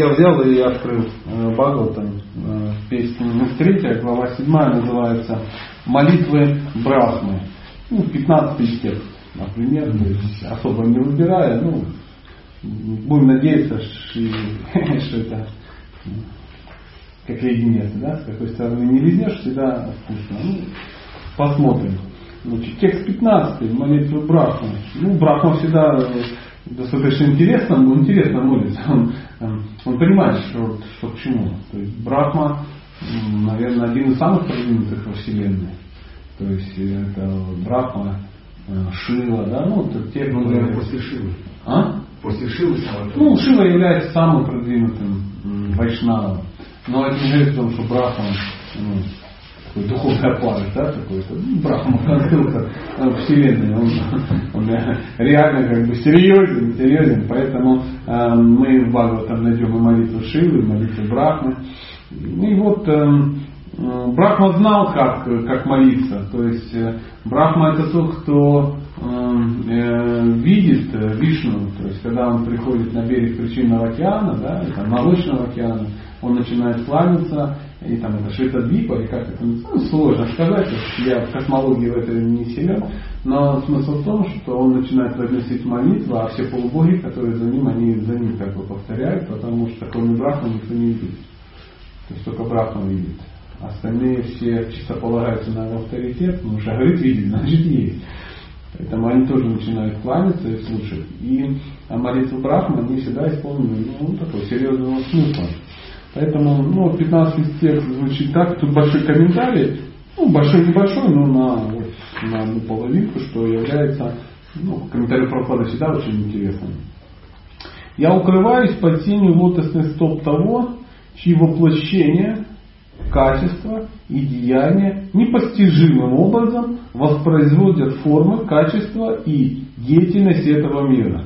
Я взял и открыл Бхагаватам, песня 3, глава 7, называется «Молитвы Брахмы». 15 текст, например, то есть особо не выбирая, будем надеяться, что это как леденец, да, с какой стороны не ледешь, всегда вкусно. Посмотрим. Значит, текст 15, молитвы Брахмы. Брахма всегда достаточно интересно молится. Он понимает, что к чему. То есть Брахма, наверное, один из самых продвинутых во Вселенной. То есть это Брахма, Шива, да, те, которые... после Шивы. После Шивы самый. Шива является самым продвинутым вайшнавом. Но это не говорит о том, что Брахма такой духовный аппарат, да, какой-то. Брахма конструкtor Вселенной. Он реально серьезен. Поэтому мы в Бхагаватам найдем и молитву Шивы, и молитву Брахмы. Брахма знал, как молиться. То есть Брахма это тот, кто видит Вишну. То есть когда он приходит на берег Причинного океана, да, Молочного океана, он начинает кланяться, и там это Шветадвипа, или как это называется, сложно сказать, я в космологии в этом не силен, но смысл в том, что он начинает возносить молитву, а все полубоги, которые за ним, они за ним как бы повторяют, потому что кроме Брахмы никто не видит. То есть только Брахма видит. Остальные все чисто полагаются на авторитет, потому что говорит видит, значит есть. Поэтому они тоже начинают кланяться и слушать. И молитву Брахмы они всегда исполнены такого серьезного смысла. Поэтому 15 текст звучит так. Тут большой комментарий, большой-небольшой, но на одну половинку, что является, комментарий Прабхупады всегда очень интересным. Я укрываюсь под тенью лотосных стоп того, чьи воплощения, качества и деяния непостижимым образом воспроизводят формы, качества и деятельность этого мира.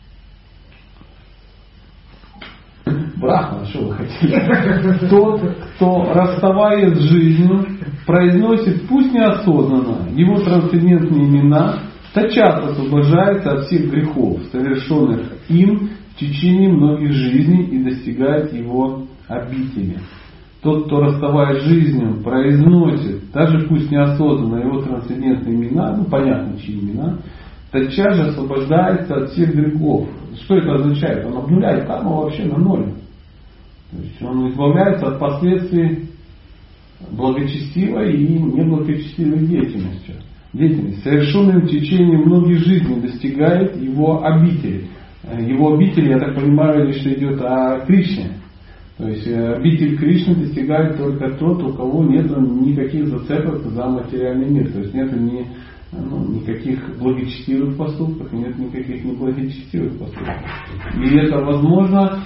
Брахма, что вы хотели? Тот, кто, расставаясь с жизнью, произносит, пусть неосознанно, его трансцендентные имена, тотчас освобождается от всех грехов, совершенных им в течение многих жизней, и достигает его обители. Тот, кто, расставаясь с жизнью, произносит, даже пусть неосознанно, его трансцендентные имена, понятно, чьи имена, тотчас же освобождается от всех грехов. Что это означает? Он обнуляет карму вообще на ноль. То есть он избавляется от последствий благочестивой и неблагочестивой деятельности. Совершенным в течение многих жизней достигает его обители. Его обитель, я так понимаю, речь идет о Кришне. То есть обитель Кришны достигает только тот, у кого нет никаких зацепок за материальный мир. То есть нет никаких благочестивых поступков, нет никаких неблагочестивых поступков. И это возможно,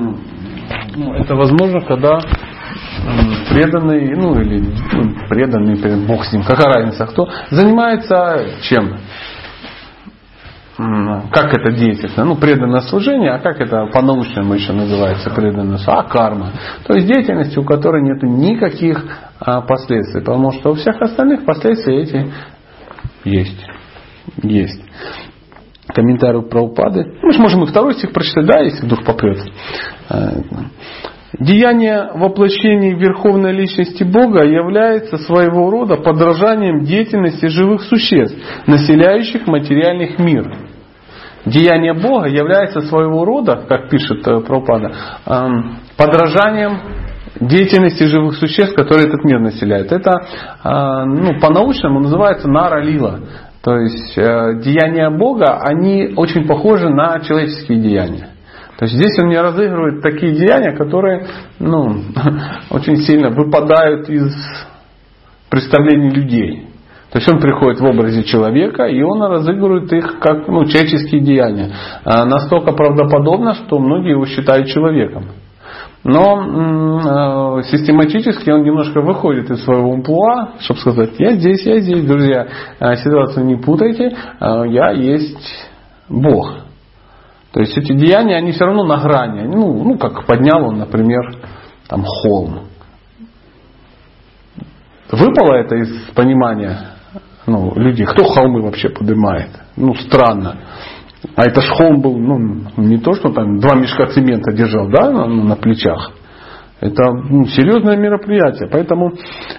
когда преданный, преданный, Бог с ним, какая разница, кто занимается чем? Как это деятельность? Преданное служение, а как это по-научному еще называется преданное служение? Карма. То есть деятельность, у которой нет никаких последствий. Потому что у всех остальных последствия эти есть. Комментарий Прабхупады. Мы же можем и второй стих прочитать, да, если вдруг попрет. Деяние воплощений Верховной Личности Бога является своего рода подражанием деятельности живых существ, населяющих материальный мир. Деяние Бога является своего рода, как пишет Прабхупада, подражанием деятельности живых существ, которые этот мир населяют. Это по-научному называется нара-лила. То есть деяния Бога, они очень похожи на человеческие деяния. То есть здесь он не разыгрывает такие деяния, которые очень сильно выпадают из представлений людей. То есть он приходит в образе человека, и он разыгрывает их как человеческие деяния. Настолько правдоподобно, что многие его считают человеком. Но систематически он немножко выходит из своего амплуа, чтобы сказать, я здесь, друзья, ситуацию не путайте, я есть Бог. То есть эти деяния, они все равно на грани. Как поднял он, например, холм. Выпало это из понимания людей, кто холмы вообще поднимает. Странно. А это ж Хом был, не то, что там 2 мешка цемента держал, да, на плечах. Это серьезное мероприятие. Поэтому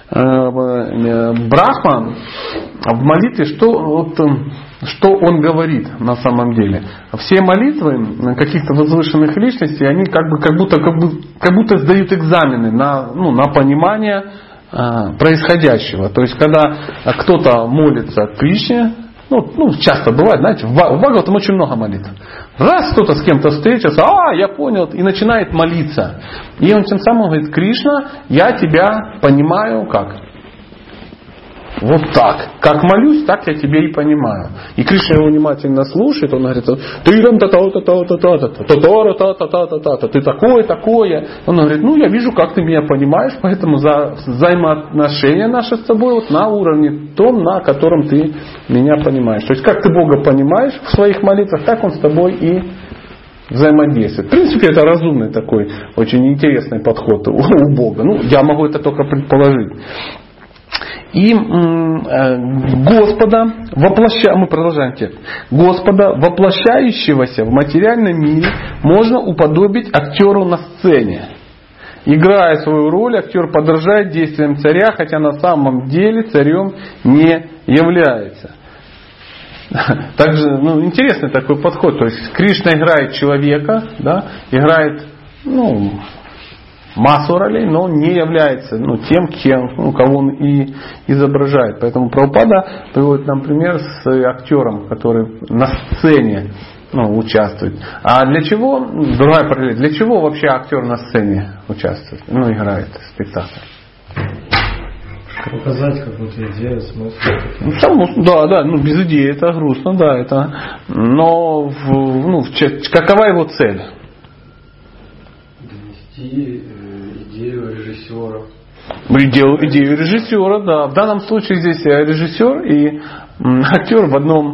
Брахма в молитве, что он говорит на самом деле? Все молитвы каких-то возвышенных личностей, они как будто сдают экзамены на понимание происходящего. То есть, когда кто-то молится Кришне, часто бывает, знаете, в Бхагаватам очень много молитв. Раз кто-то с кем-то встретился, я понял, и начинает молиться. И он тем самым говорит: Кришна, я тебя понимаю как? Вот так. Как молюсь, так я тебя и понимаю. И Кришна его внимательно слушает, он говорит: ты ты такое. Он говорит: я вижу, как ты меня понимаешь, поэтому за взаимоотношения наши с тобой на уровне том, на котором ты меня понимаешь. То есть, как ты Бога понимаешь в своих молитвах, так Он с тобой и взаимодействует. В принципе, это разумный такой, очень интересный подход у Бога. Я могу это только предположить. И Господа, мы продолжаем текст. Господа, воплощающегося в материальном мире, можно уподобить актеру на сцене. Играя свою роль, актер подражает действиям царя, хотя на самом деле царем не является. Также интересный такой подход. То есть Кришна играет человека, да, играет массу ролей, но не является тем, кого он и изображает. Поэтому Прабхупада приводит нам пример с актером, который на сцене участвует. А для чего, другая параллель, для чего вообще актер на сцене участвует, играет спектакль? Показать какую-то идею, смысл. Без идеи это грустно, да, это. Но какова его цель? Донести идею режиссера. Идею режиссера, да. В данном случае здесь режиссер и актер в одном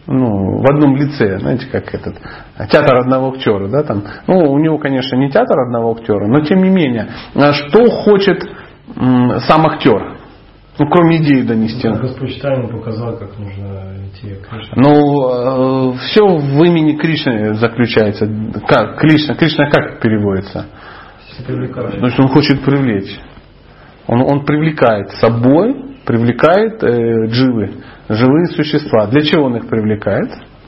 лице, знаете, как театр одного актера, да, там. У него, конечно, не театр одного актера, но тем не менее, что хочет сам актер? Кроме идеи донести. Господь Чайтанья показал, как нужно идти к Кришне. Все в имени Кришны заключается. Как Кришна как переводится? То есть он хочет привлечь. Он привлекает собой, привлекает живые существа. Для чего он их привлекает?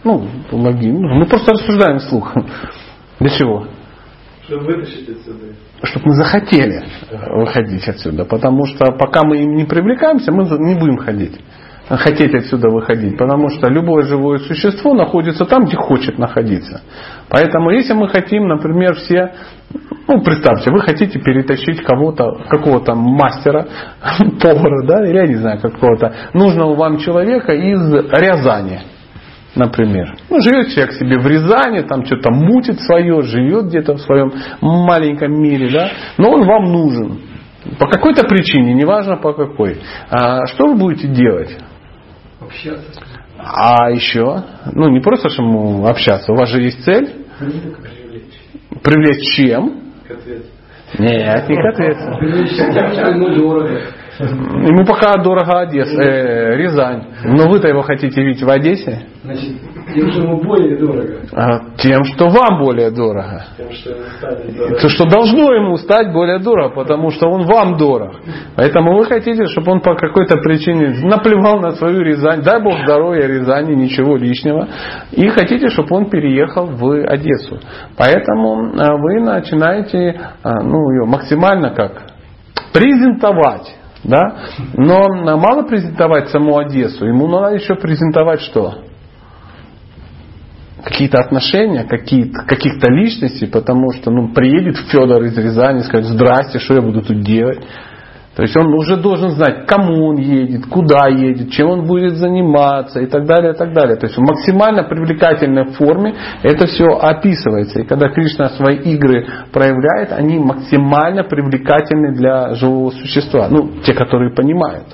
Мы просто рассуждаем вслух. Для чего? Чтобы вытащить отсюда. Чтобы мы захотели выходить отсюда. Потому что пока мы им не привлекаемся, мы не будем хотеть отсюда выходить. Потому что любое живое существо находится там, где хочет находиться. Поэтому если мы хотим, например, все... представьте, вы хотите перетащить какого-то мастера, повара, да, или я не знаю, какого-то нужного вам человека из Рязани. Например. Живет человек себе в Рязани, там что-то мутит свое, живет где-то в своем маленьком мире, да, но он вам нужен. По какой-то причине, неважно по какой. Что вы будете делать? Общаться. А еще? Не просто же ему общаться, у вас же есть цель? Привлечь чем? К ответу. Нет, не к ответу. Привлечь тем, что ему дорого. Ему пока дорого Рязань. Но вы-то его хотите видеть в Одессе? Значит, тем, что ему более дорого. Тем, что вам более дорого. Тем, что ему станет дорого. То, что должно ему стать более дорого, потому что он вам дорог. Поэтому вы хотите, чтобы он по какой-то причине наплевал на свою Рязань. Дай Бог здоровья Рязани, ничего лишнего. И хотите, чтобы он переехал в Одессу. Поэтому вы начинаете ее максимально презентовать. Да? Но мало презентовать саму Одессу, ему надо еще презентовать что? Какие-то отношения, каких-то личностей, потому что приедет Федор из Рязани и скажет: здрасте, что я буду тут делать? То есть он уже должен знать, кому он едет, куда едет, чем он будет заниматься и так далее, и так далее. То есть в максимально привлекательной форме это все описывается. И когда Кришна свои игры проявляет, они максимально привлекательны для живого существа. Те, которые понимают.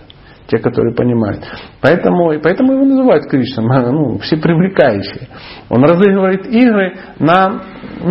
Поэтому его называют Кришной, все привлекающие. Он разыгрывает игры на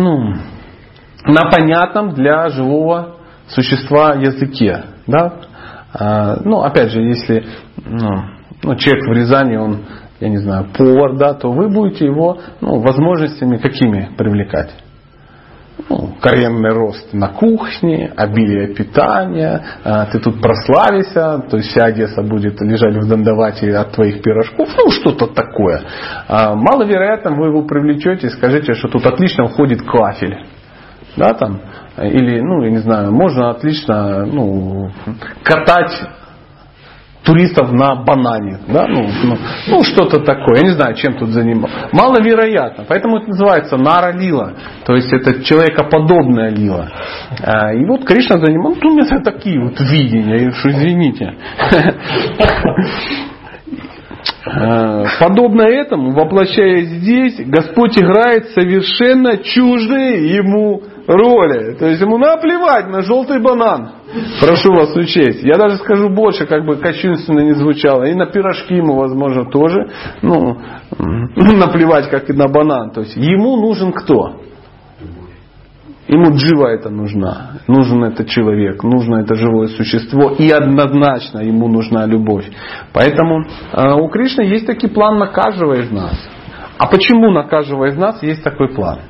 понятном для живого существа языке. Да? Опять же, если человек в Рязани, он я не знаю, повар, да, то вы будете его возможностями какими привлекать? Карьерный рост на кухне, обилие питания, ты тут прославишься, то есть вся Одесса будет лежать в дандавате от твоих пирожков, что-то такое. Маловероятно, вы его привлечете и скажете, что тут отлично входит кафель. Да, там, или, я не знаю, можно отлично катать туристов на банане, да, что-то такое, я не знаю, чем тут заниматься. Маловероятно, поэтому это называется нара лила, то есть это человекоподобная лила. И вот Кришна занимался, у меня такие вот видения, что извините. Подобно этому, воплощаясь здесь, Господь играет совершенно чуждые ему роли. То есть ему наплевать на желтый банан. Прошу вас учесть. Я даже скажу больше, как бы кощунственно не звучало. И на пирожки ему, возможно, тоже. Наплевать, как и на банан. То есть ему нужен кто? Ему джива это нужна. Нужен этот человек. Нужно это живое существо. И однозначно ему нужна любовь. Поэтому у Кришны есть таки план на каждого из нас. А почему на каждого из нас есть такой план?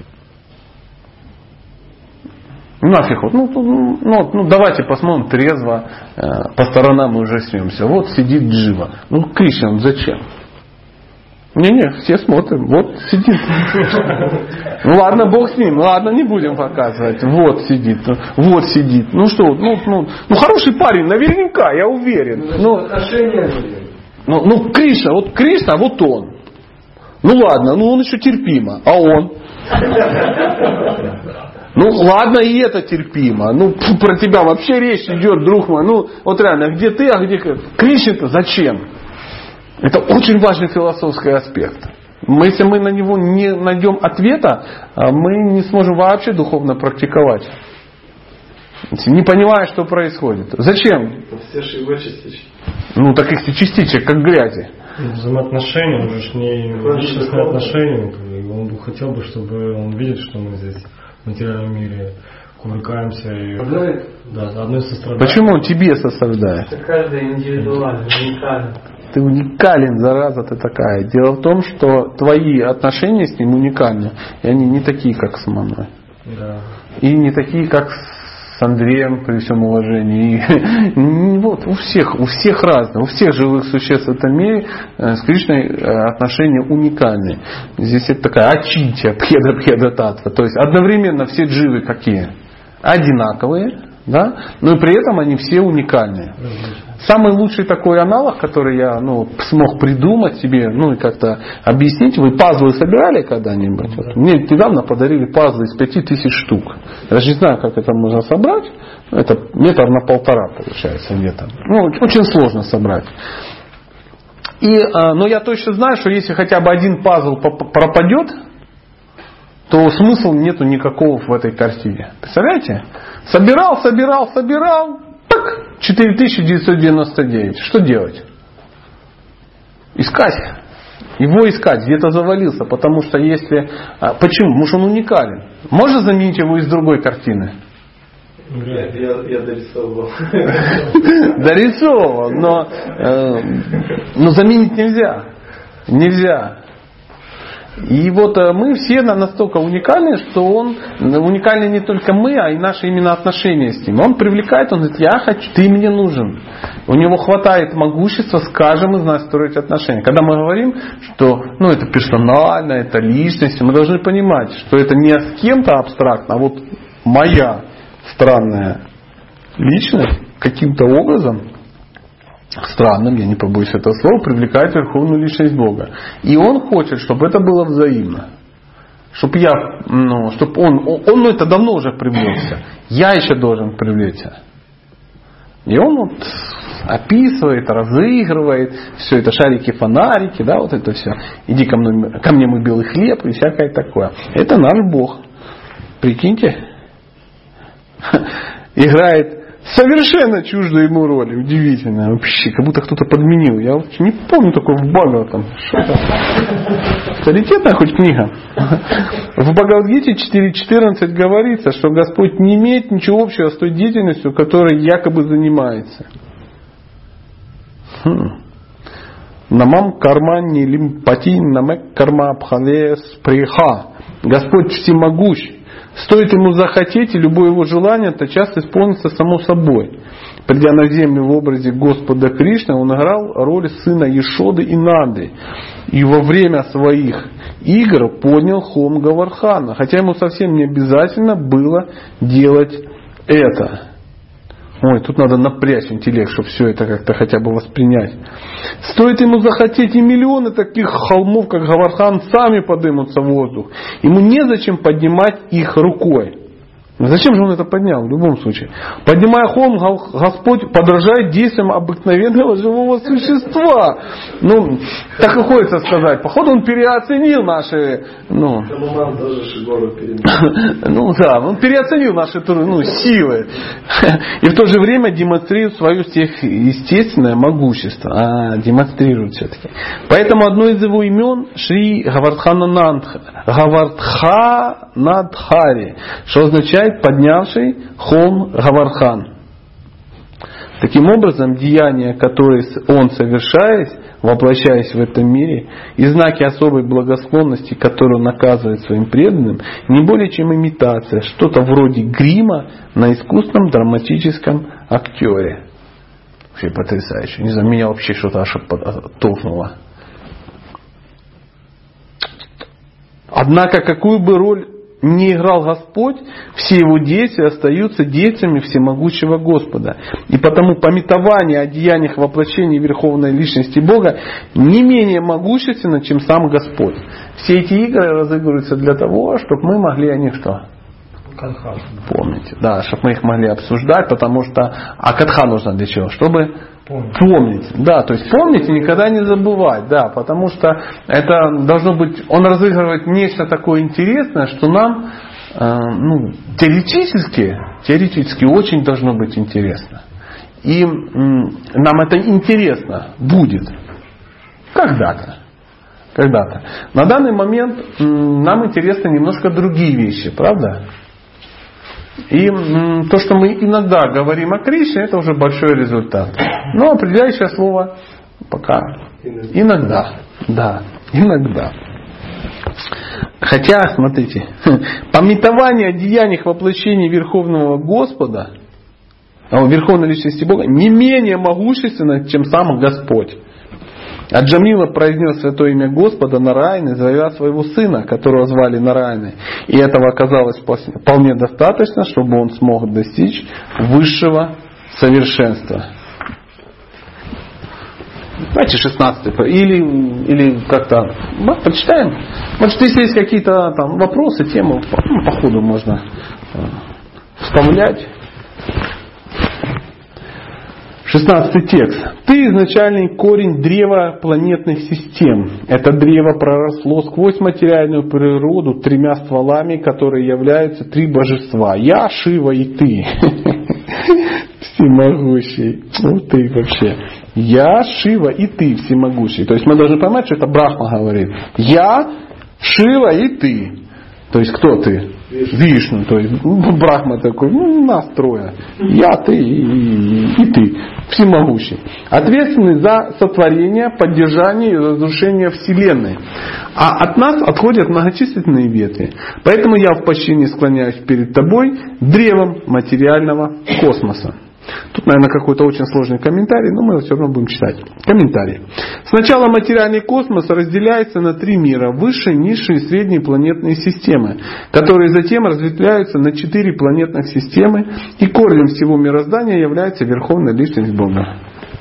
Нафиг давайте посмотрим трезво, по сторонам мы уже смеемся. Вот сидит джива. Кришна, зачем? Не, все смотрим. Вот сидит. Ладно, Бог с ним. Ладно, не будем показывать. Вот сидит. Хороший парень, наверняка, я уверен. Кришна, вот он. Ладно, он еще терпимо. А он? Ладно, и это терпимо. Про тебя вообще речь идет, друг мой. Вот реально, где ты, а где Кришна-то зачем? Это очень важный философский аспект. Если мы на него не найдем ответа, мы не сможем вообще духовно практиковать. Не понимая, что происходит. Зачем? Все же его частички. Так их частичек, как грязи. Взаимоотношения, он же не личностные отношения. Он бы хотел бы, чтобы он видит, что мы здесь в материальном мире кувыркаемся и одной сострадает. Почему он тебе сострадает? Это каждый индивидуальный, уникальный. Ты уникален, зараза ты такая. Дело в том, что твои отношения с ним уникальны. И они не такие, как с мной. Да. И не такие, как с Андреем, при всем уважении. У всех разные. У всех живых существ в этом мире с Кришной отношения уникальные. Здесь это такая ачинтия, пхеда-татва. То есть одновременно все дживы какие? Одинаковые. Да? Но и при этом они все уникальные. Самый лучший такой аналог, который я смог придумать себе, и как-то объяснить, вы пазлы собирали когда-нибудь? Вот, мне недавно подарили пазлы из 5000 штук. Я даже не знаю, как это можно собрать. Это 1,5 метра получается где-то. Очень сложно собрать. Но я точно знаю, что если хотя бы один пазл пропадет, то смысла нету никакого в этой картине. Представляете? Собирал. Так, 4999. Что делать? Искать. Его искать. Где-то завалился. Потому что если... Почему? Потому что он уникален. Можно заменить его из другой картины? Нет, я дорисовывал. Дорисовывал. Но заменить нельзя. Нельзя. И вот мы все настолько уникальны, что он уникальны не только мы, а и наши именно отношения с ним. Он привлекает, он говорит, я хочу, ты мне нужен. У него хватает могущества с каждым из нас строить отношения. Когда мы говорим, что это персонально, это личность, мы должны понимать, что это не с кем-то абстрактно, а вот моя странная личность каким-то образом, странным, я не побоюсь этого слова, привлекает верховную личность Бога. И он хочет, чтобы это было взаимно. Чтобы он это давно уже привлекся. Я еще должен привлечься. И он описывает, разыгрывает все это, шарики, фонарики, да, вот это все. Иди ко мне мой белый хлеб и всякое такое. Это наш Бог. Прикиньте. Играет совершенно чуждую ему роли. Удивительно. Вообще, как будто кто-то подменил. Я вообще не помню такого в Бхагаватам. Что это? Авторитетная хоть книга? В Бхагавад-гите 4.14 говорится, что Господь не имеет ничего общего с той деятельностью, которой якобы занимается. Намам карма нилимпати намек карма абхалес приха. Господь всемогущ. Стоит ему захотеть, и любое его желание тотчас исполнится само собой. Придя на землю в образе Господа Кришны, он играл роль сына Ешоды и Нанды. И во время своих игр поднял хом Гавардхана, хотя ему совсем не обязательно было делать это. Ой, тут надо напрячь интеллект, чтобы все это как-то хотя бы воспринять. Стоит ему захотеть, и миллионы таких холмов, как Гавардхан, сами поднимутся в воздух. Ему незачем поднимать их рукой. Зачем же он это поднял в любом случае? Поднимая холм, Господь подражает действиям обыкновенного живого существа. Ну, так и хочется сказать. Походу он переоценил наши... Ну да, он переоценил наши силы. И в то же время демонстрирует свое естественное могущество. Демонстрирует все-таки. Поэтому одно из его имен Шри Гавардханадхари, что означает поднявший холм Гавардхан. Таким образом, деяния, которые он совершает, воплощаясь в этом мире, и знаки особой благосклонности, которые он оказывает своим преданным, не более чем имитация, что-то вроде грима на искусном драматическом актере. Вообще потрясающе. Не знаю, меня вообще что-то аж толкнуло. Однако, какую бы роль не играл Господь, все его действия остаются действиями всемогущего Господа. И потому памятование о деяниях воплощения Верховной Личности Бога не менее могущественно, чем сам Господь. Все эти игры разыгрываются для того, чтобы мы могли о них что? Катха. Помнить. Да, чтобы мы их могли обсуждать, потому что... А катха нужно для чего? Чтобы... Помнить. Да, то есть помнить и никогда не забывать. Да, потому что это должно быть... Он разыгрывает нечто такое интересное, что нам теоретически очень должно быть интересно. И нам это интересно будет. Когда-то. На данный момент нам интересны немножко другие вещи, правда? И то, что мы иногда говорим о Кришне, это уже большой результат. Но определяющее слово пока иногда. Да, иногда. Хотя, смотрите, памятование о деяниях воплощения Верховного Господа, Верховной Личности Бога, не менее могущественно, чем сам Господь. А Джамила произнес святое имя Господа Нараяны, зовя своего сына, которого звали Нараяны. И этого оказалось вполне достаточно, чтобы он смог достичь высшего совершенства. Давайте 16 или как-то почитаем. Может, если есть какие-то там вопросы, темы, по ходу можно вставлять. 16 текст. Ты изначальный корень древа планетных систем. Это древо проросло сквозь материальную природу 3 стволами, которые являются 3 божества. Я, Шива и ты. Всемогущий. Ну ты вообще. Я, Шива и ты всемогущий. То есть мы должны понимать, что это Брахма говорит. Я, Шива и ты. То есть кто ты? Вишну. То есть Брахма такой, нас 3. Я, ты и ты. Всемогущий. Ответственный за сотворение, поддержание и разрушение Вселенной. А от нас отходят многочисленные ветви. Поэтому я в почтении склоняюсь перед тобой древом материального космоса. Тут, наверное, какой-то очень сложный комментарий, но мы его все равно будем читать. Комментарий. Сначала материальный космос разделяется на 3 мира. Высшие, низшие и средние планетные системы, которые затем разветвляются на 4 планетных системы. И корнем всего мироздания является Верховная Личность Бога.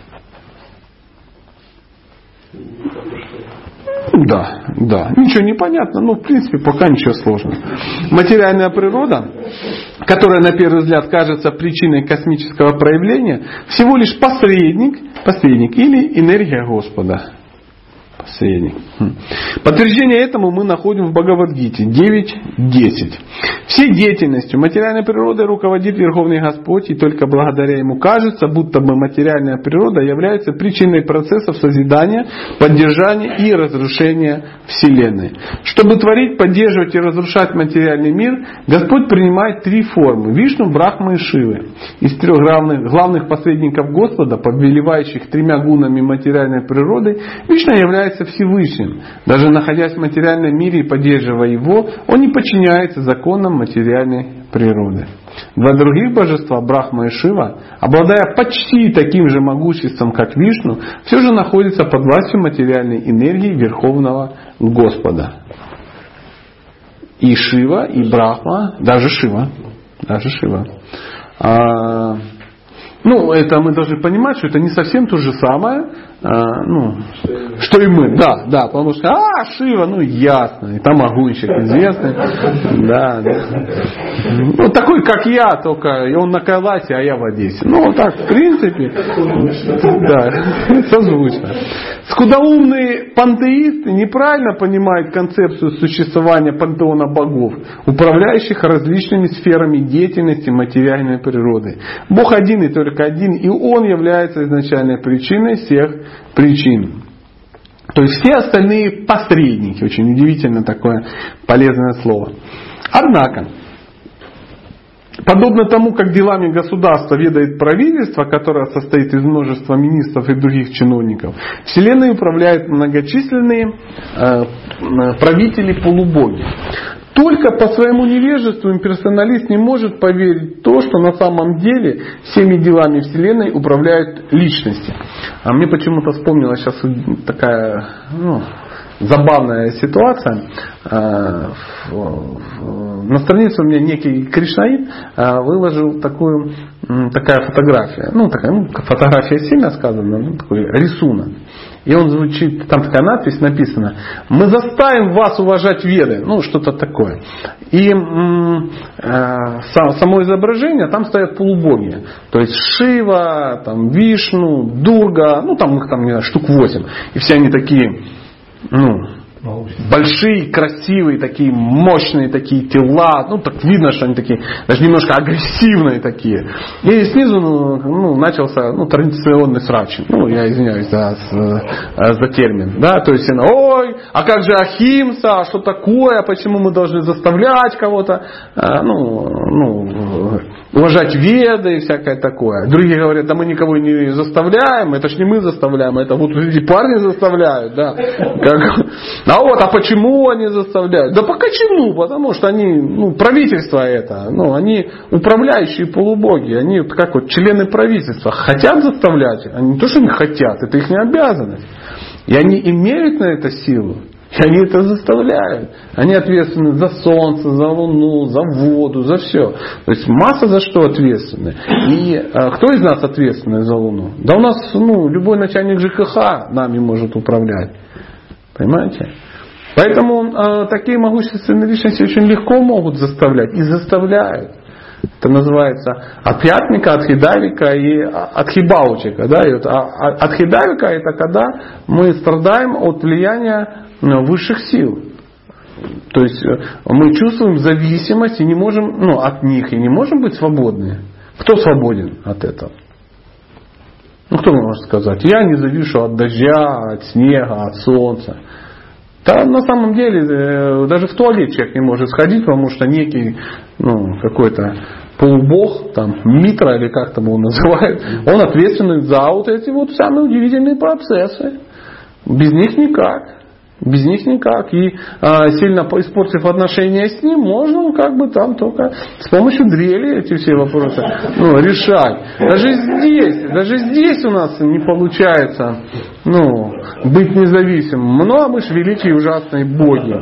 Да. Ничего не понятно, но в принципе пока ничего сложного. Материальная природа, которая на первый взгляд кажется причиной космического проявления, всего лишь посредник или энергия Господа. Средний. Подтверждение этому мы находим в Бхагавад-гите 9.10. Всей деятельностью материальной природы руководит Верховный Господь, и только благодаря Ему кажется, будто бы материальная природа является причиной процессов созидания, поддержания и разрушения Вселенной. Чтобы творить, поддерживать и разрушать материальный мир, Господь принимает три формы: Вишну, Брахмы и Шивы. Из трех главных посредников Господа, повелевающих тремя гунами материальной природы, Вишна является Всевышним. Даже находясь в материальном мире и поддерживая его, он не подчиняется законам материальной природы. Два других божества, Брахма и Шива, обладая почти таким же могуществом, как Вишну, все же находятся под властью материальной энергии Верховного Господа. И Шива, и Брахма, даже Шива. Это мы должны понимать, что это не совсем то же самое, что и мы. Да, потому что, Шива, ясно, и там огонщик известный. Да. Такой, как я, только и он на Кайласе, а я в Одессе. Так, в принципе, да, созвучно. Скудоумные пантеисты неправильно понимают концепцию существования пантеона богов, управляющих различными сферами деятельности материальной природы. Бог один и только один, и Он является изначальной причиной всех причин. То есть все остальные посредники. Очень удивительно такое полезное слово. Однако, подобно тому, как делами государства ведает правительство, которое состоит из множества министров и других чиновников, Вселенной управляют многочисленные правители-полубоги. Только по своему невежеству имперсоналист не может поверить в то, что на самом деле всеми делами Вселенной управляют личности. А мне почему-то вспомнилась сейчас такая забавная ситуация. На странице у меня некий кришнаит выложил такая фотография. Фотография сильно сказана, такой рисунок. И он звучит, там такая надпись написана: «Мы заставим вас уважать Веды». Что-то такое. И само изображение, там стоят полубоги. То есть Шива, Вишну, Дурга, их штук 8. И все они такие, большие, красивые, такие мощные такие тела. Так видно, что они такие, даже немножко агрессивные такие. И снизу начался традиционный срач. Я извиняюсь за термин. Да? То есть, ой, а как же Ахимса, что такое, почему мы должны заставлять кого-то уважать Веды и всякое такое. Другие говорят, да мы никого не заставляем, это ж не мы заставляем, это вот эти парни заставляют. Да? А почему они заставляют? Да почему? Потому что они, правительство это, они управляющие полубоги, они как члены правительства. Хотят заставлять, они не то, что не хотят, это их не обязанность. И они имеют на это силу. И они это заставляют. Они ответственны за солнце, за луну, за воду, за все. То есть масса за что ответственны. И кто из нас ответственный за луну? Да у нас любой начальник ЖКХ нами может управлять. Понимаете? Поэтому такие могущественные личности очень легко могут заставлять. И заставляют. Это называется Адхьятмика, Адхидавика и Адхибаучика. Да? И Адхидавика это когда мы страдаем от влияния высших сил. То есть мы чувствуем зависимость и не можем, от них и не можем быть свободны. Кто свободен от этого? Кто может сказать? Я не завишу от дождя, от снега, от солнца. Да, на самом деле, даже в туалет человек не может сходить, потому что некий, какой-то полубог, Митра или как там его называют, он ответственен за вот эти самые удивительные процессы. Без них никак. Без них никак. И сильно испортив отношения с ним, можно только с помощью дрели эти все вопросы решать. Даже здесь у нас не получается быть независимым. Мы же великие и ужасные боги.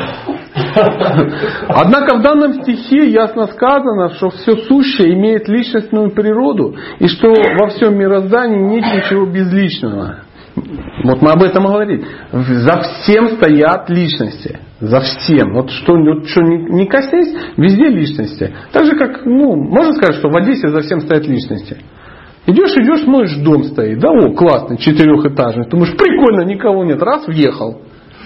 Однако в данном стихе ясно сказано, что все сущее имеет личностную природу и что во всем мироздании нет ничего безличного. Вот мы об этом говорим. За всем стоят личности. За всем. Что не коснись, везде личности. Так же как, можно сказать, что в Одессе за всем стоят личности. Идешь, смотришь, дом стоит. Да, о, классный, 4-этажный. Ты думаешь, прикольно, никого нет. Раз, въехал.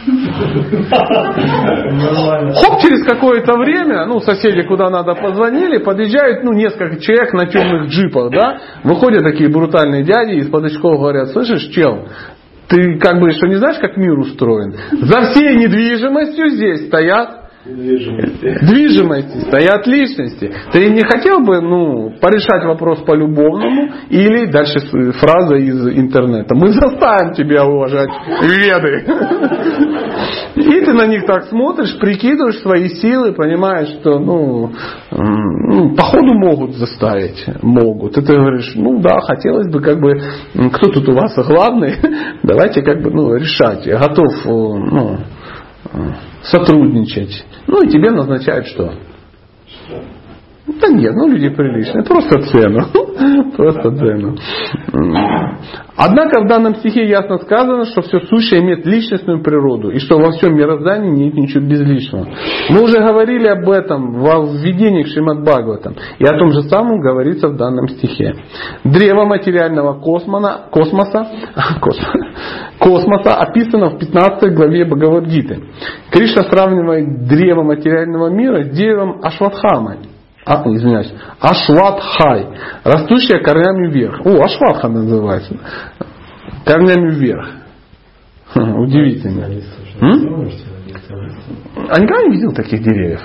Хоп, через какое-то время, соседи куда надо позвонили, подъезжают, несколько человек на темных джипах, да, выходят такие брутальные дяди из-под очков говорят, слышишь, чел, ты что не знаешь, как мир устроен? За всей недвижимостью здесь стоят стоят личности. Ты не хотел бы, порешать вопрос по-любовному или дальше фраза из интернета. Мы заставим тебя уважать веды. И ты на них так смотришь, прикидываешь свои силы, понимаешь, что, походу могут заставить. Могут. И ты говоришь, да, хотелось бы, кто тут у вас главный? Давайте, решать. Я готов, сотрудничать. И тебе назначают что? Да нет, люди приличные. Просто цену. Просто цену. Однако в данном стихе ясно сказано, что все сущее имеет личностную природу. И что во всем мироздании нет ничего безличного. Мы уже говорили об этом во введении к Шримад Бхагаватам. И о том же самом говорится в данном стихе. Древо материального космоса описано в 15 главе Бхагавад-гиты. Кришна сравнивает древо материального мира с деревом Ашватхамой. Ашватхай, растущая корнями вверх. Ашватха называется. Корнями вверх. Удивительно. А никогда не видел таких деревьев?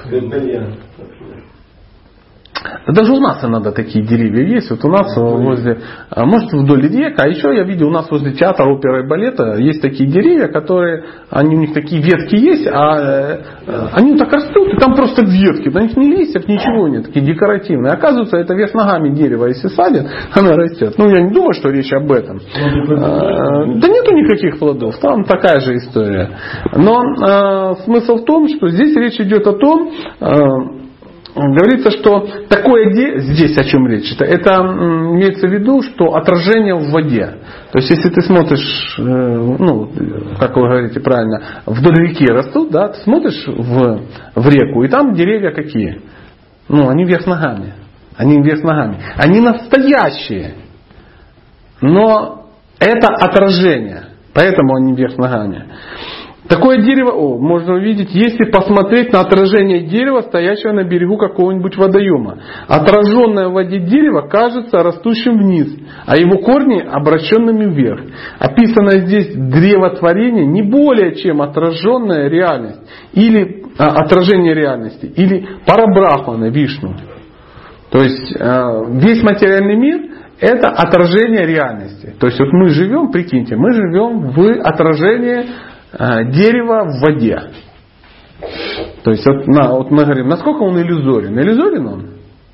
Даже у нас иногда такие деревья есть. Вот у нас возле, может вдоль рек, а еще я видел у нас возле театра, оперы и балета есть такие деревья, которые, у них такие ветки есть, а они так растут, и там просто ветки, на них ни листьев, ничего нет, такие декоративные. Оказывается, это вверх ногами дерево, если садят, оно растет. Я не думаю, что речь об этом. Да нету никаких плодов, там такая же история. Но смысл в том, что здесь речь идет о том, говорится, что такое здесь о чем речь? Это имеется в виду, что отражение в воде. То есть, если ты смотришь, как вы говорите правильно, вдоль реки растут, да, ты смотришь в реку, и там деревья какие? Они вверх ногами. Они настоящие. Но это отражение. Поэтому они вверх ногами. Такое дерево, можно увидеть, если посмотреть на отражение дерева, стоящего на берегу какого-нибудь водоема. Отраженное в воде дерево кажется растущим вниз, а его корни обращенными вверх. Описанное здесь древотворение не более чем отраженная реальность, или отражение реальности, или парабрахмана, Вишну. То есть весь материальный мир — это отражение реальности. То есть мы живем, прикиньте, мы живем в отражении дерево в воде. То есть вот мы говорим, насколько он иллюзорен. Иллюзорен он?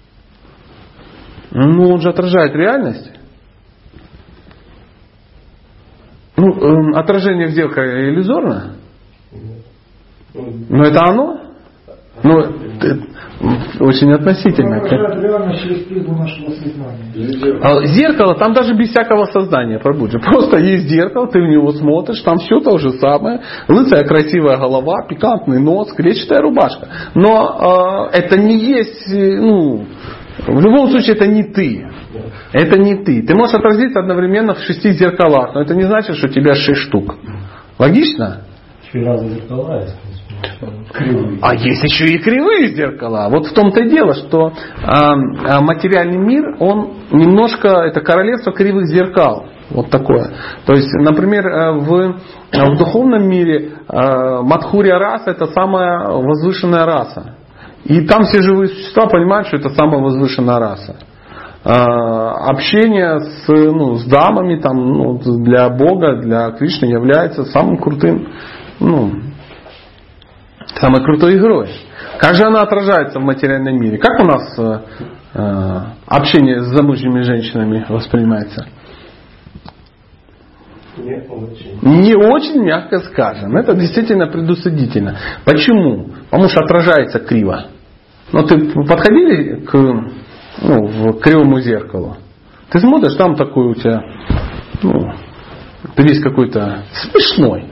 Он же отражает реальность. Отражение в зеркале иллюзорно? Но это оно? Очень относительно. Зеркало, там даже без всякого сознания пробуджи. Просто есть зеркало, ты в него смотришь, там все то же самое. Лысая красивая голова, пикантный нос, клетчатая рубашка. Но это не есть, в любом случае это не ты. Это не ты. Ты можешь отразиться одновременно в 6 зеркалах, но это не значит, что у тебя 6 штук. Логично? 4 раза зеркала есть. А есть еще и кривые зеркала. Вот в том-то и дело, что материальный мир, он немножко, это королевство кривых зеркал. Вот такое. То есть, например, в духовном мире Мадхурья раса — это самая возвышенная раса. И там все живые существа понимают, что это самая возвышенная раса. Общение с дамами для Бога, для Кришны является самым крутым, самой крутой игрой. Как же она отражается в материальном мире? Как у нас общение с замужними женщинами воспринимается? Не очень, мягко скажем. Это действительно предусудительно. Почему? Потому что отражается криво. Ты подходили к кривому зеркалу? Ты смотришь, там такой у тебя, ты весь какой-то смешной.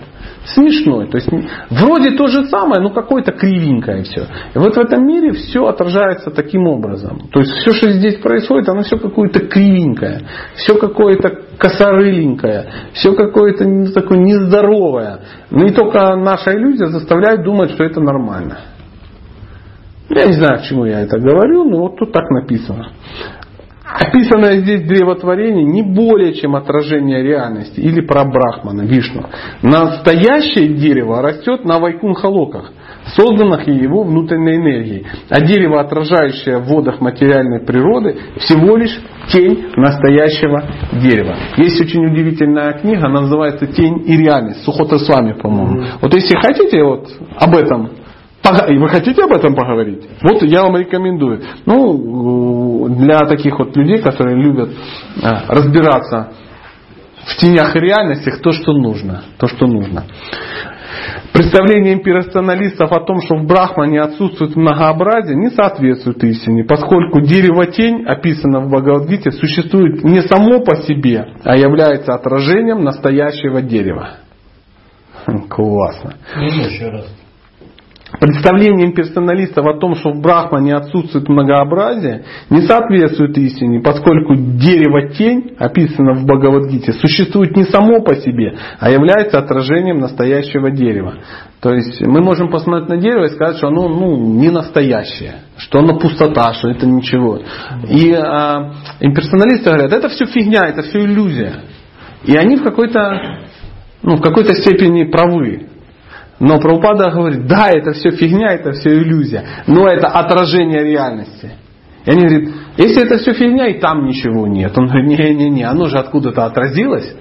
смешной. То есть вроде то же самое, но какое-то кривенькое все. И вот в этом мире все отражается таким образом. То есть все, что здесь происходит, оно все какое-то кривенькое, все какое-то косорыленькое, все какое-то такое нездоровое. Но и только наша иллюзия заставляет думать, что это нормально. Я не знаю, к чему я это говорю, но вот тут так написано. Описанное здесь древотворение не более чем отражение реальности или про Брахмана, Вишну. Настоящее дерево растет на вайкунха-локах, созданных его внутренней энергией. А дерево, отражающее в водах материальной природы, всего лишь тень настоящего дерева. Есть очень удивительная книга, она называется «Тень и реальность», Сухота Свами, по-моему. Вот если хотите вот об этом, вы хотите об этом поговорить? Вот я вам рекомендую. Для таких вот людей, которые любят разбираться в тенях и реальностях, то, что нужно. Представление имперационалистов о том, что в Брахмане отсутствует многообразие, не соответствует истине, поскольку дерево-тень, описано в Бхагавад-гите, существует не само по себе, а является отражением настоящего дерева. Классно. Еще раз. Представление имперсоналистов о том, что в Брахмане отсутствует многообразие, не соответствует истине, поскольку дерево-тень, описано в Бхагавад-гите, существует не само по себе, а является отражением настоящего дерева. То есть мы можем посмотреть на дерево и сказать, что оно не настоящее, что оно пустота, что это ничего. И имперсоналисты говорят, это все фигня, это все иллюзия. И они в какой-то степени правы. Но Прабхупада говорит, да, это все фигня, это все иллюзия, но это отражение реальности. И они говорят, если это все фигня, и там ничего нет. Он говорит, не, оно же откуда-то отразилось.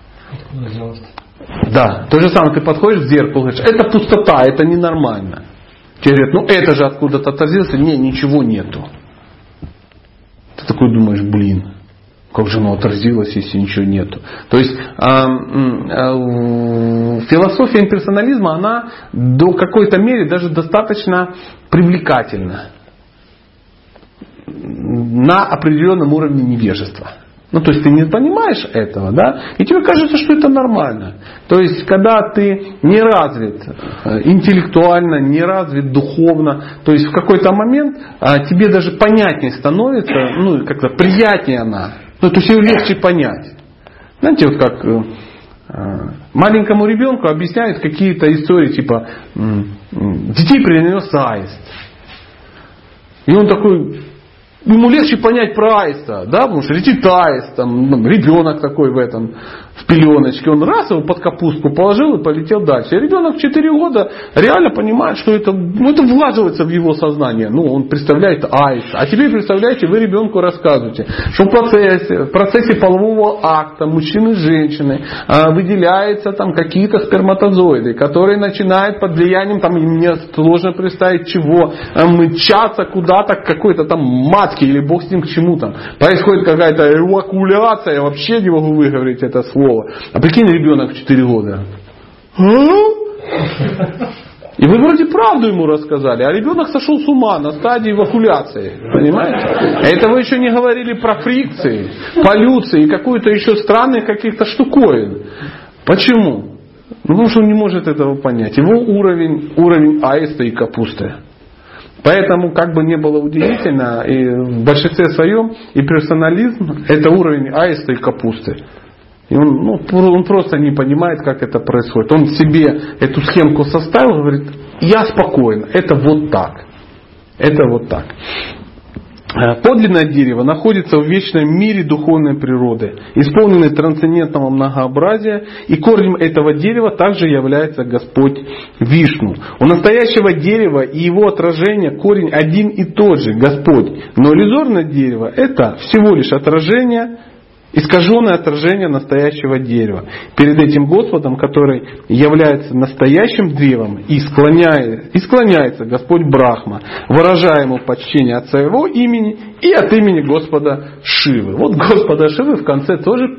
Да, то же самое, ты подходишь к зеркалу и говоришь, это пустота, это ненормально. Тебе говорят, это же откуда-то отразилось, ничего нету. Ты такой думаешь, как же оно отразилось, если ничего нету. То есть философия имперсонализма, она до какой-то мере даже достаточно привлекательна на определенном уровне невежества. То есть ты не понимаешь этого, да, и тебе кажется, что это нормально. То есть когда ты не развит интеллектуально, не развит духовно, то есть в какой-то момент тебе даже понятнее становится, как-то приятнее она. То есть ее легче понять. Знаете, вот как маленькому ребенку объясняют какие-то истории, типа детей принес аист. И он такой, ему легче понять про аиста, да, потому что летит аист, ребенок такой в пеленочке, он раз его под капустку положил и полетел дальше. И ребенок в 4 года реально понимает, что это влаживается в его сознание. Он представляет аиста. А теперь представляете, вы ребенку рассказываете, что в процессе полового акта мужчины и женщины выделяются какие-то сперматозоиды, которые начинают под влиянием, мне сложно представить чего, мчаться куда-то к какой-то матке или бог с ним к чему там. Происходит какая-то эвакуляция, я вообще не могу выговорить это слово. А прикинь, ребенок в 4 года. И вы вроде правду ему рассказали, а ребенок сошел с ума на стадии эвакуляции. Понимаете? Это вы еще не говорили про фрикции, полюции и какую-то еще странных каких-то штуковин. Почему? Потому что он не может этого понять. Его уровень аиста и капусты. Поэтому, как бы не было удивительно, и в большинстве своем и персонализм это уровень аиста и капусты. И он просто не понимает, как это происходит. Он себе эту схемку составил, говорит, я спокоен, это вот так. Это вот так. Подлинное дерево находится в вечном мире духовной природы, исполненной трансцендентного многообразия, и корнем этого дерева также является Господь Вишну. У настоящего дерева и его отражения корень один и тот же, Господь. Но иллюзорное дерево это всего лишь отражение, искаженное отражение настоящего дерева. Перед этим Господом, который является настоящим древом, и склоняется Господь Брахма, выражая ему почтение от своего имени и от имени Господа Шивы. Вот Господа Шивы в конце тоже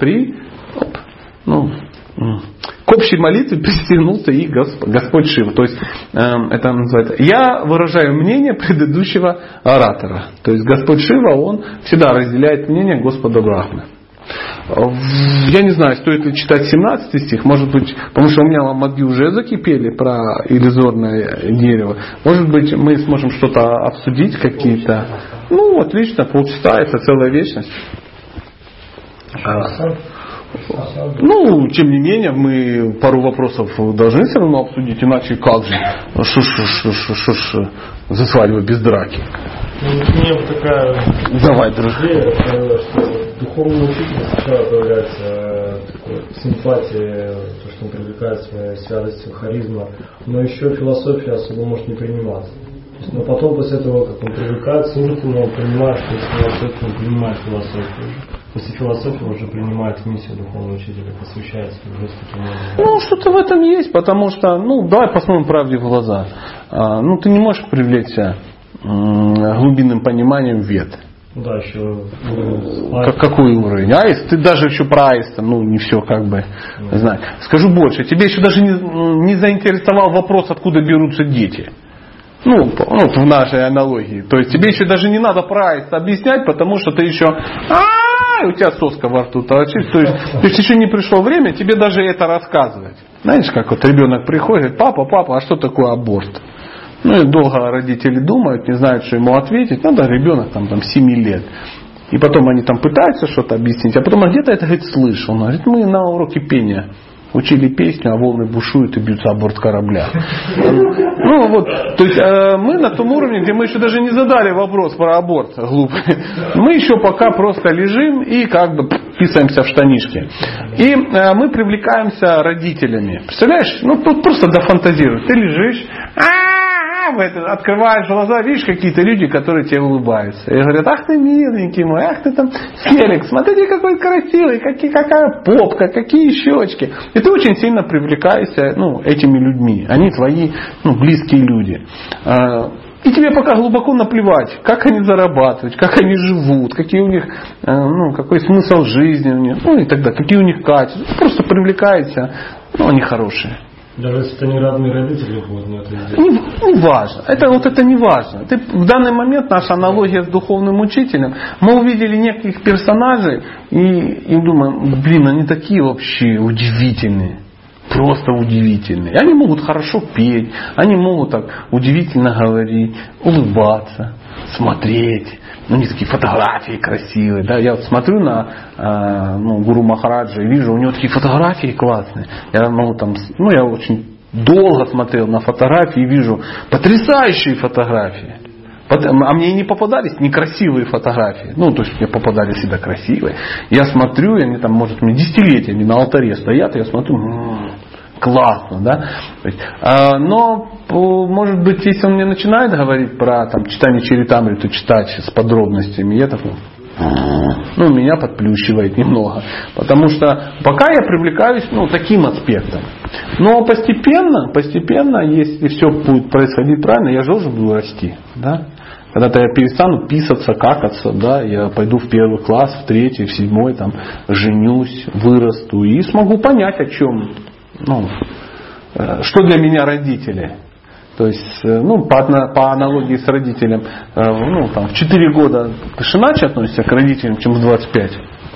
к общей молитве присоединился и Господь Шива. То есть это называется, я выражаю мнение предыдущего оратора. То есть Господь Шива, он всегда разделяет мнение Господа Брахмы. Я не знаю, стоит ли читать 17 стих, может быть, потому что у меня мозги уже закипели про иллюзорное дерево. Может быть, мы сможем что-то обсудить, какие-то. Ну, отлично, полчаса, это целая вечность. Ну, тем не менее, мы пару вопросов должны все равно обсудить, иначе как же? За свадьбу без драки. Ну, у меня вот такая Давай, дружок. идея, что духовный учитель сначала появляется такой симпатия, то, что он привлекает своей святостью, харизма, но еще философия особо может не приниматься. Но потом, после этого, как он привлекает, служит ему, он понимает, что если философия, он принимает философию. После философии он уже принимает миссию духовного учителя, посвящается уже таким образом. Ну, что-то в этом есть, потому что, давай посмотрим правде в глаза. Ты не можешь привлечься глубинным пониманием вед. Да, еще Какой уровень? Аист, ты даже еще про аиста, не все как бы знаешь. Скажу больше, тебе еще даже не заинтересовал вопрос, откуда берутся дети. В нашей аналогии. То есть тебе еще даже не надо про аиста объяснять, потому что ты еще у тебя соска во рту торчит. То есть еще не пришло время тебе даже это рассказывать. Знаешь, как вот ребенок приходит, папа, а что такое аборт? И долго родители думают, не знают, что ему ответить. Ребенок там 7 лет. И потом они там пытаются что-то объяснить. А потом где-то это слышал. Он говорит, мы на уроке пения учили песню, а волны бушуют и бьются о борт корабля. То есть мы на том уровне, где мы еще даже не задали вопрос про аборт глупый. Мы еще пока просто лежим и как бы писаемся в штанишки. И мы привлекаемся родителями. Представляешь? Тут просто дофантазируй. Ты лежишь, открываешь глаза, видишь какие-то люди, которые тебе улыбаются. И говорят, ах ты миленький мой, ах ты там Феликс, смотрите какой красивый, какая попка, какие щечки. И ты очень сильно привлекаешься этими людьми. Они твои близкие люди. И тебе пока глубоко наплевать, как они зарабатывают, как они живут, какие у них, какой смысл жизни у них, и так далее, какие у них качества. Просто привлекаешься, они хорошие. Даже если это не родные родители будут, но это не важно. Это не важно. В данный момент наша аналогия с духовным учителем. Мы увидели неких персонажей и думаем, они такие вообще удивительные. Просто удивительные. Они могут хорошо петь, они могут так удивительно говорить, улыбаться, смотреть. У них такие фотографии красивые. Да? Я вот смотрю на Гуру Махараджа и вижу, у него такие фотографии классные. Я очень долго смотрел на фотографии и вижу потрясающие фотографии. А мне не попадались некрасивые фотографии. То есть мне попадались всегда красивые. Я смотрю, и они там, может, мне десятилетиями на алтаре стоят, и я смотрю, классно, да? Но, может быть, если он мне начинает говорить про читание Чаритамриту, читать с подробностями, я такой, меня подплющивает немного. Потому что пока я привлекаюсь таким аспектом. Но постепенно, если все будет происходить правильно, я же должен буду расти. Да? Когда-то я перестану писаться, какаться, да, я пойду в 1 класс, в 3, в 7, женюсь, вырасту и смогу понять, о чем, что для меня родители. То есть, по аналогии с родителем, в 4 года ты же иначе относишься к родителям, чем в 25.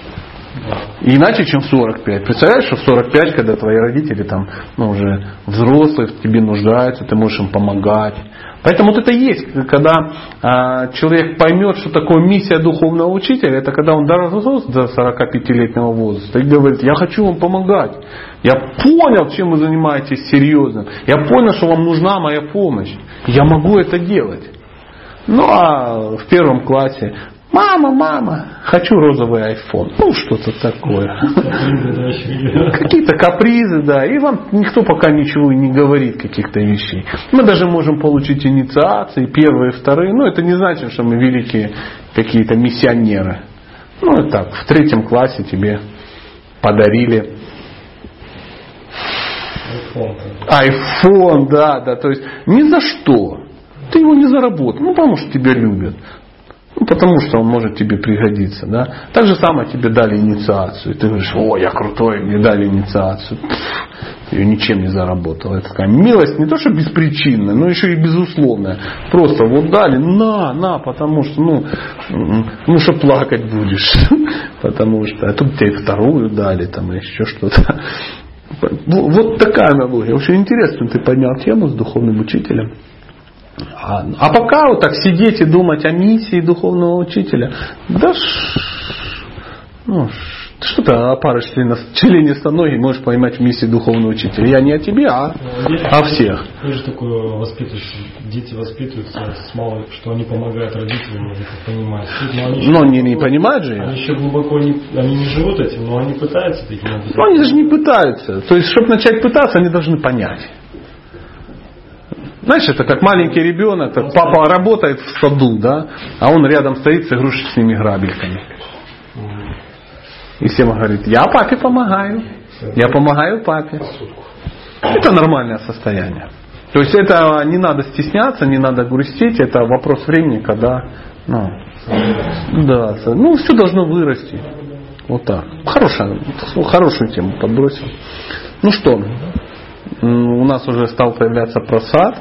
И иначе, чем в 45. Представляешь, что в 45, когда твои родители уже взрослые, в тебе нуждаются, ты можешь им помогать. Поэтому это есть, когда человек поймет, что такое миссия духовного учителя, это когда он дорос до 45-летнего возраста и говорит, я хочу вам помогать. Я понял, чем вы занимаетесь серьезно. Я понял, что вам нужна моя помощь. Я могу это делать. А в 1 классе мама, хочу розовый айфон. Что-то такое. Какие-то капризы, да. И вам никто пока ничего не говорит, каких-то вещей. Мы даже можем получить инициации, 1, 2. Это не значит, что мы великие какие-то миссионеры. Так, в 3 классе тебе подарили айфон, да. То есть ни за что. Ты его не заработал. Потому что тебя любят. потому что он может тебе пригодиться. Да? Так же самое тебе дали инициацию. И ты говоришь, о, я крутой, мне дали инициацию. Ее ничем не заработал. Это такая милость не то, что беспричинная, но еще и безусловная. Просто вот дали, на, потому что, что плакать будешь. Потому что, а тут тебе вторую дали, там, или еще что-то. Вот такая аналогия. Очень интересно, ты поднял тему с духовным учителем. А пока вот так сидеть и думать о миссии духовного учителя, что ты о паре членистоногих можешь поймать в миссии духовного учителя? Я не о тебе, а о всех. Ты же такое воспитываешь, дети воспитываются с малых, что они помогают родителям, это понимают. Но они не понимают же. Они еще глубоко они не живут этим, но они пытаются таким образом. Но они даже не пытаются. То есть, чтобы начать пытаться, они должны понять. Знаешь, это как маленький ребенок, папа работает в саду, да, а он рядом стоит с игрушечными грабельками. И всем говорит, я папе помогаю. Я помогаю папе. Это нормальное состояние. То есть это не надо стесняться, не надо грустить. Это вопрос времени, когда все должно вырасти. Вот так. Хорошую тему подбросил. Ну что, у нас уже стал появляться просад.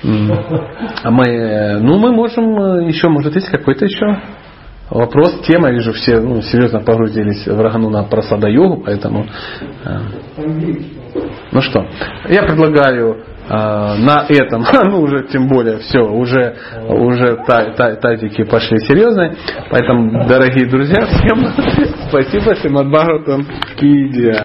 Мы можем еще, может, есть какой-то еще вопрос, тема, вижу, все серьезно погрузились в Рагануна прасада-йогу, поэтому... Ну что, я предлагаю на этом, уже тем более, все, уже тазики пошли серьезные, поэтому, дорогие друзья, всем спасибо, Шримад Бхагаватам Ки Джай.